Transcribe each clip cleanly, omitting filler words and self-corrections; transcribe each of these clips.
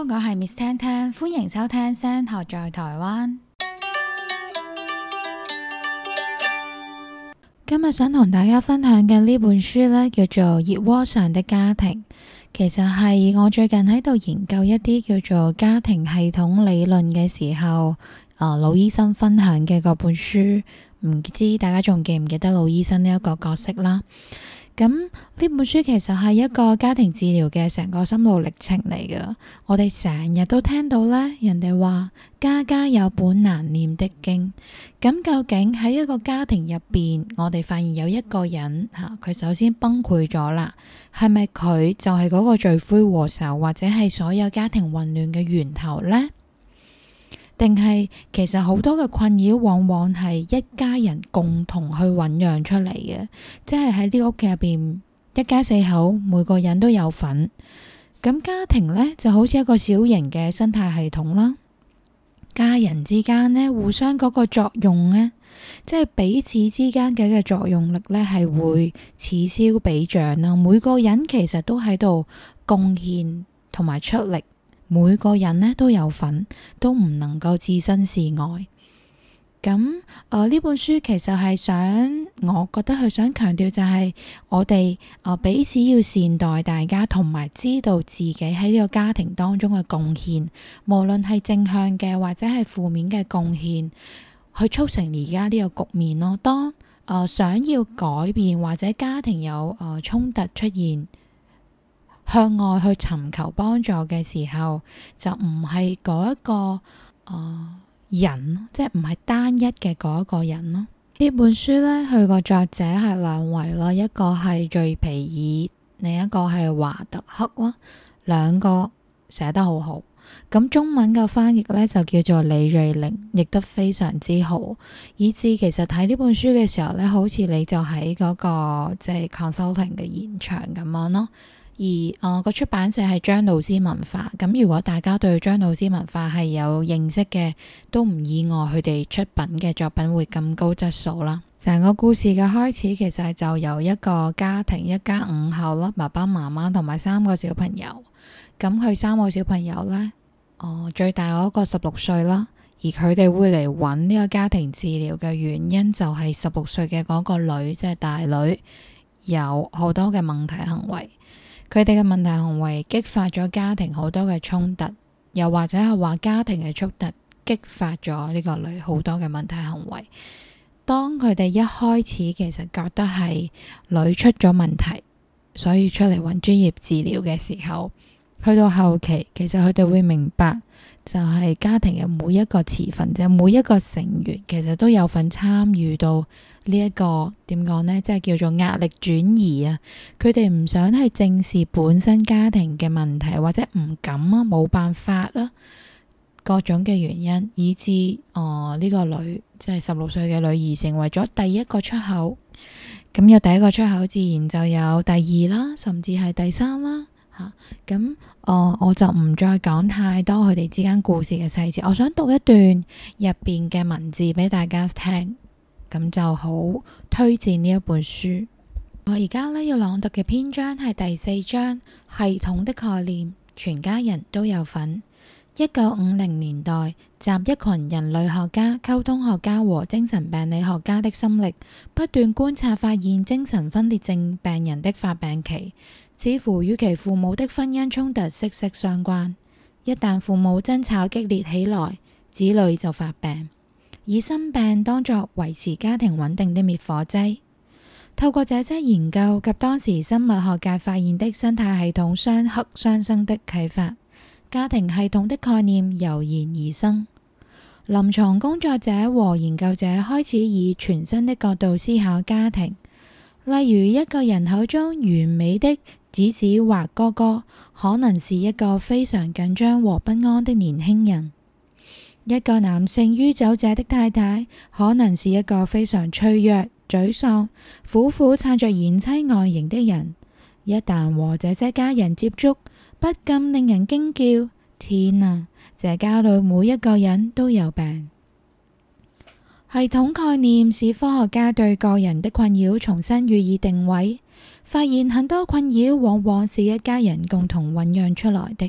我係 Miss 聽聽，歡迎收聽聲學在台灣。今日想同大家分享嘅呢本書呢，叫做《熱鍋上的家庭》，其實係我最近喺度研究一啲叫做家庭系統理論嘅時候，老醫生分享嘅嗰本書，唔知大家仲記唔記得老醫生呢一個角色啦？咁呢本書其實係一個家庭治療嘅成個心路歷程嚟嘅。我哋成日都聽到呢，人哋話家家有本難念的經。咁究竟喺一個家庭入邊，我哋發現有一個人佢首先崩潰咗啦，係咪佢就係嗰個罪魁禍首，或者係所有家庭混亂嘅源頭呢？定係其實好多嘅困擾往往係一家人共同去醞釀出嚟嘅，即係喺呢個屋企入邊，一家四口每個人都有份。咁家庭呢就好似一個小型嘅生態系統啦，家人之間呢互相嗰個作用呢，即係彼此之間嘅作用力呢係會此消彼長啦。每個人其實都喺度貢獻同埋出力。每個人呢都有份，都唔能夠置身事外。咁呢本書其實係我覺得佢想強調就係我哋彼此要善待大家，同埋知道自己喺呢個家庭當中嘅貢獻，無論係正向嘅或者係負面嘅貢獻，去促成而家呢個局面咯。當想要改變或者家庭有衝突出現，向外去尋求幫助嘅時候，就唔係嗰一個人，即係唔係單一嘅嗰一個人咯。呢本書呢，佢個作者係兩位啦，一個係敘皮爾，另一個係華特克啦，兩個寫得好好。咁中文嘅翻譯呢，就叫做李瑞玲，譯得非常之好，以至其實睇呢本書嘅時候呢，好似你就喺嗰個即係 consulting 嘅現場咁樣咯。而個出版社係張老師文化，咁如果大家對張老師文化係有認識嘅，都唔意外佢哋出品嘅作品會咁高質素啦。成個故事嘅開始其實就由一個家庭，一家五口啦，爸爸媽媽同埋三個小朋友。咁佢三個小朋友呢，最大嗰個16歲啦，而佢哋會嚟揾呢個家庭治療嘅原因就係16歲嘅嗰個女，即係大女，有好多嘅問題行為。佢哋嘅問題行為激發咗家庭好多嘅衝突，又或者係話家庭嘅衝突激發咗呢個女好多嘅問題行為。當佢哋一開始其實覺得係女出咗問題，所以出嚟揾專業治療嘅時候，去到後期其實佢哋會明白，就係家庭嘅每一個持份者，每一個成員其實都有份參與到呢一個點講呢，即係叫做壓力轉移啊。佢哋唔想係正視本身家庭嘅問題，或者唔敢啊，冇辦法啦，各種嘅原因，以致呢個女即係16歲嘅女兒成為咗第一個出口。咁有第一個出口，自然就有第二啦，甚至係第三啦。咁我就唔再講太多佢哋之間故事嘅細節。我想讀一段入邊嘅文字俾大家聽，咁就好推薦呢一本書。我而家呢要朗讀嘅篇章係第4章，系統的概念，全家人都有份。1950年代，集一群人類學家、溝通學家和精神病理學家的心力，不斷觀察發現精神分裂症病人的發病期似乎與其父母的婚姻衝突息息相關。一旦父母爭吵激烈起來，子女就發病，以生病當作維持家庭穩定的滅火劑。透過這些研究及當時生物學界發現的生態系統相克相生的啟發，家庭系統的概念油然而生。臨床工作者和研究者開始以全新的角度思考家庭，例如一個人口中完美的子子或哥哥，可能是一個非常緊張和不安的年輕人；一個男性酗酒者的太太，可能是一個非常脆弱、沮喪、苦苦撐着賢妻外形的人。一旦和這些家人接觸，不禁令人驚叫：天啊！這家裏每一個人都有病。系統概念使科學家對個人的困擾重新予以定位，發現很多困擾往往是一家人共同醞釀出來的。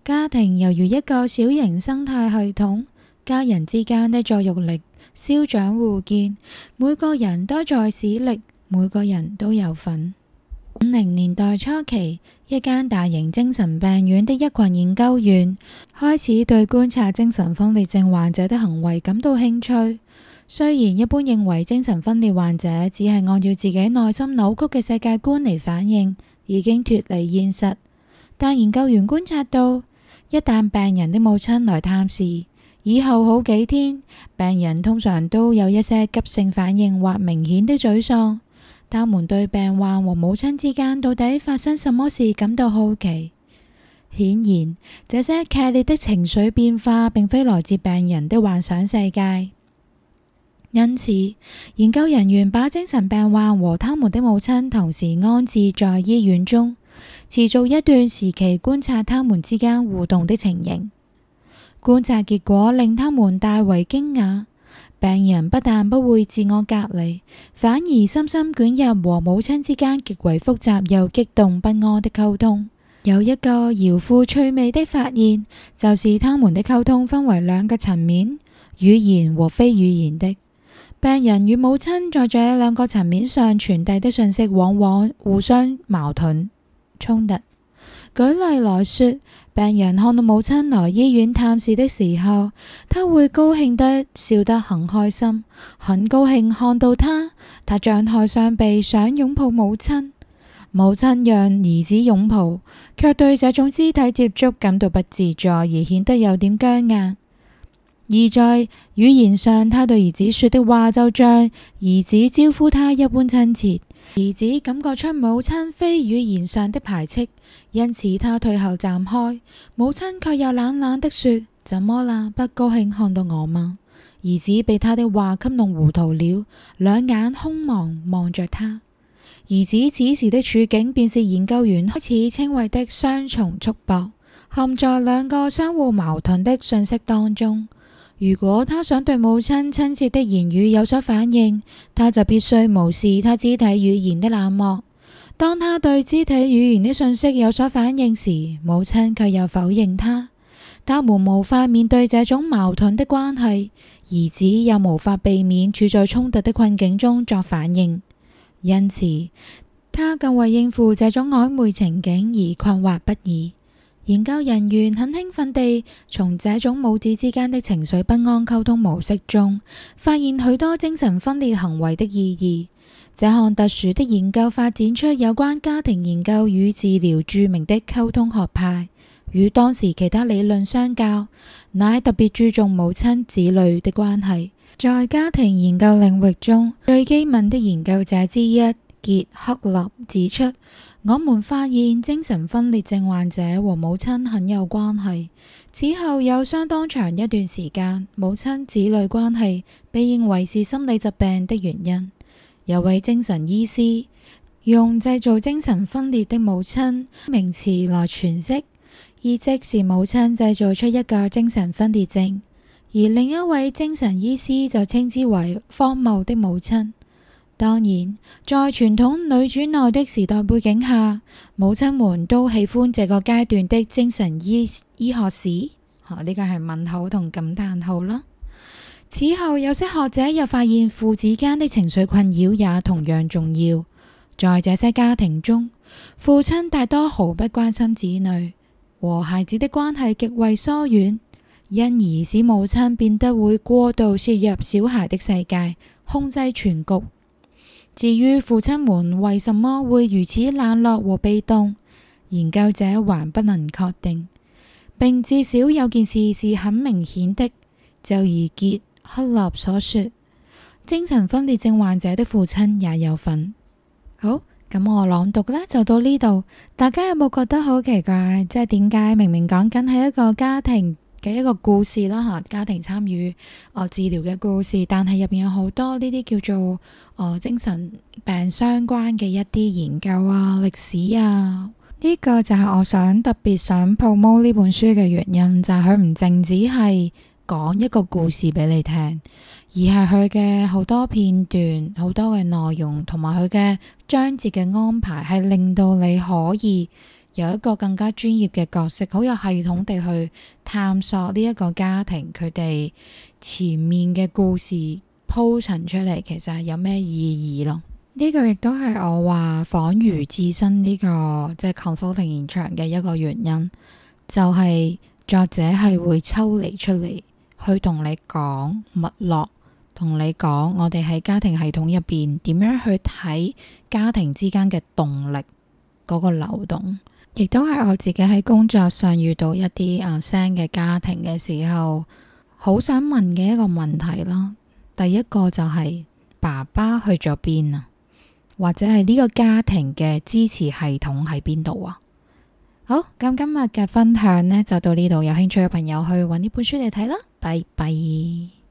家庭猶如一個小型生態系統，家人之間的作育力消長互見，每個人都在使力，每個人都有份。50年代初期，一間大型精神病院的一群研究員開始對觀察精神分裂症患者的行為感到興趣。雖然一般認為精神分裂患者只係按照自己內心扭曲嘅世界觀嚟反應，已經脫離現實，但研究員觀察到，一旦病人的母親來探視，以後好幾天，病人通常都有一些急性反應或明顯的沮喪。他們對病患和母親之間到底發生什麼事感到好奇。顯然，這些劇烈的情緒變化並非來自病人的幻想世界。因此，研究人員把精神病患和他們的母親同時安置在醫院中，持續一段時期觀察他們之間互動的情形。觀察結果令他們大為驚訝。病人不但不會自我隔離，反而深深捲入和母親之間極為複雜又激動不安的溝通。有一個饒富趣味的發現，就是他們的溝通分為兩個層面：語言和非語言的。病人與母親在這兩個層面上傳遞的信息往往互相矛盾衝突。舉例來說，病人看到母親來醫院探視的時候，他會高興得笑得很開心，很高興看到他張開雙臂想擁抱母親。母親讓兒子擁抱，卻對這種肢體接觸感到不自在，而顯得有點僵硬。而在語言上，他對兒子說的話就像兒子招呼他一般親切。兒子感覺出母親非語言上的排斥，因此他退後站開。母親卻又冷冷的說：怎麼啦？不高興看到我嗎？兒子被他的話給弄糊塗了，兩眼空茫望着他。兒子此時的處境便是研究員開始稱謂的雙重束縛，陷在兩個相互矛盾的信息當中。如果他想對母親親切的言語有所反應，他就必須無視他肢體語言的冷漠。當他對肢體語言的信息有所反應時，母親卻又否認他。他們無法面對這種矛盾的關係，兒子又無法避免處在衝突的困境中作反應，因此他更為應付這種曖昧情景而困惑不已。研究人員很興奮地從這種母子之間的情緒不安溝通模式中，發現許多精神分裂行為的意義。這項特殊的研究發展出有關家庭研究與治療著名的溝通學派，與當時其他理論相較，乃特別注重母親子女的關係。在家庭研究領域中，最機敏的研究者之一傑克納指出，我們發現精神分裂症患者和母親很有關係。此後有相當長一段時間，母親子女關係被認為是心理疾病的原因。有位精神醫師用製造精神分裂的母親名詞來詮釋，意即是母親製造出一個精神分裂症，而另一位精神醫師就稱之為荒謬的母親。當然，在傳統女主內的時代背景下，母親們都喜歡這個階段的精神醫學史。呢個係問號同感嘆號啦。此後，有些學者又發現父子間的情緒困擾也同樣重要。在這些家庭中，父親大多毫不關心子女，和孩子的關係極為疏遠，因而使母親變得會過度涉入小孩的世界，控制全局。至於父親們為什麼會如此冷落和被動，研究者還不能確定，並至少有件事是很明顯的，就如傑克納所說，精神分裂症患者的父親也有份。好，咁我朗讀呢就到呢度，大家有冇覺得好奇怪？即係點解明明講緊係一個家庭嘅一個故事啦吓，家庭參與治療嘅故事，但係入邊有好多呢啲叫做精神病相關嘅一啲研究啊、歷史啊，呢個就係我想特別想 promote 呢本書嘅原因，就係佢唔淨止係講一個故事俾你聽，而係佢嘅好多片段、好多嘅內容同埋佢嘅章節嘅安排，係令到你可以由一個更加專業嘅角色，好有系統地去探索呢一個家庭佢哋前面嘅故事鋪陳出嚟，其實係有咩意義咯？呢個亦都係我話恍如置身呢個即係 consulting 現場嘅一個原因，就係作者係會抽離出嚟去同你講脈絡，同你講我哋喺家庭系統入邊點樣去睇家庭之間嘅動力嗰個流動，亦都係我自己喺工作上遇到一啲SEN 嘅家庭嘅時候，好想問嘅一個問題啦。第一個就係爸爸去咗邊啊？或者係呢個家庭嘅支持系統喺邊度啊？好，咁今日嘅分享呢就到呢度，有興趣嘅朋友去搵呢本書嚟睇啦，拜拜。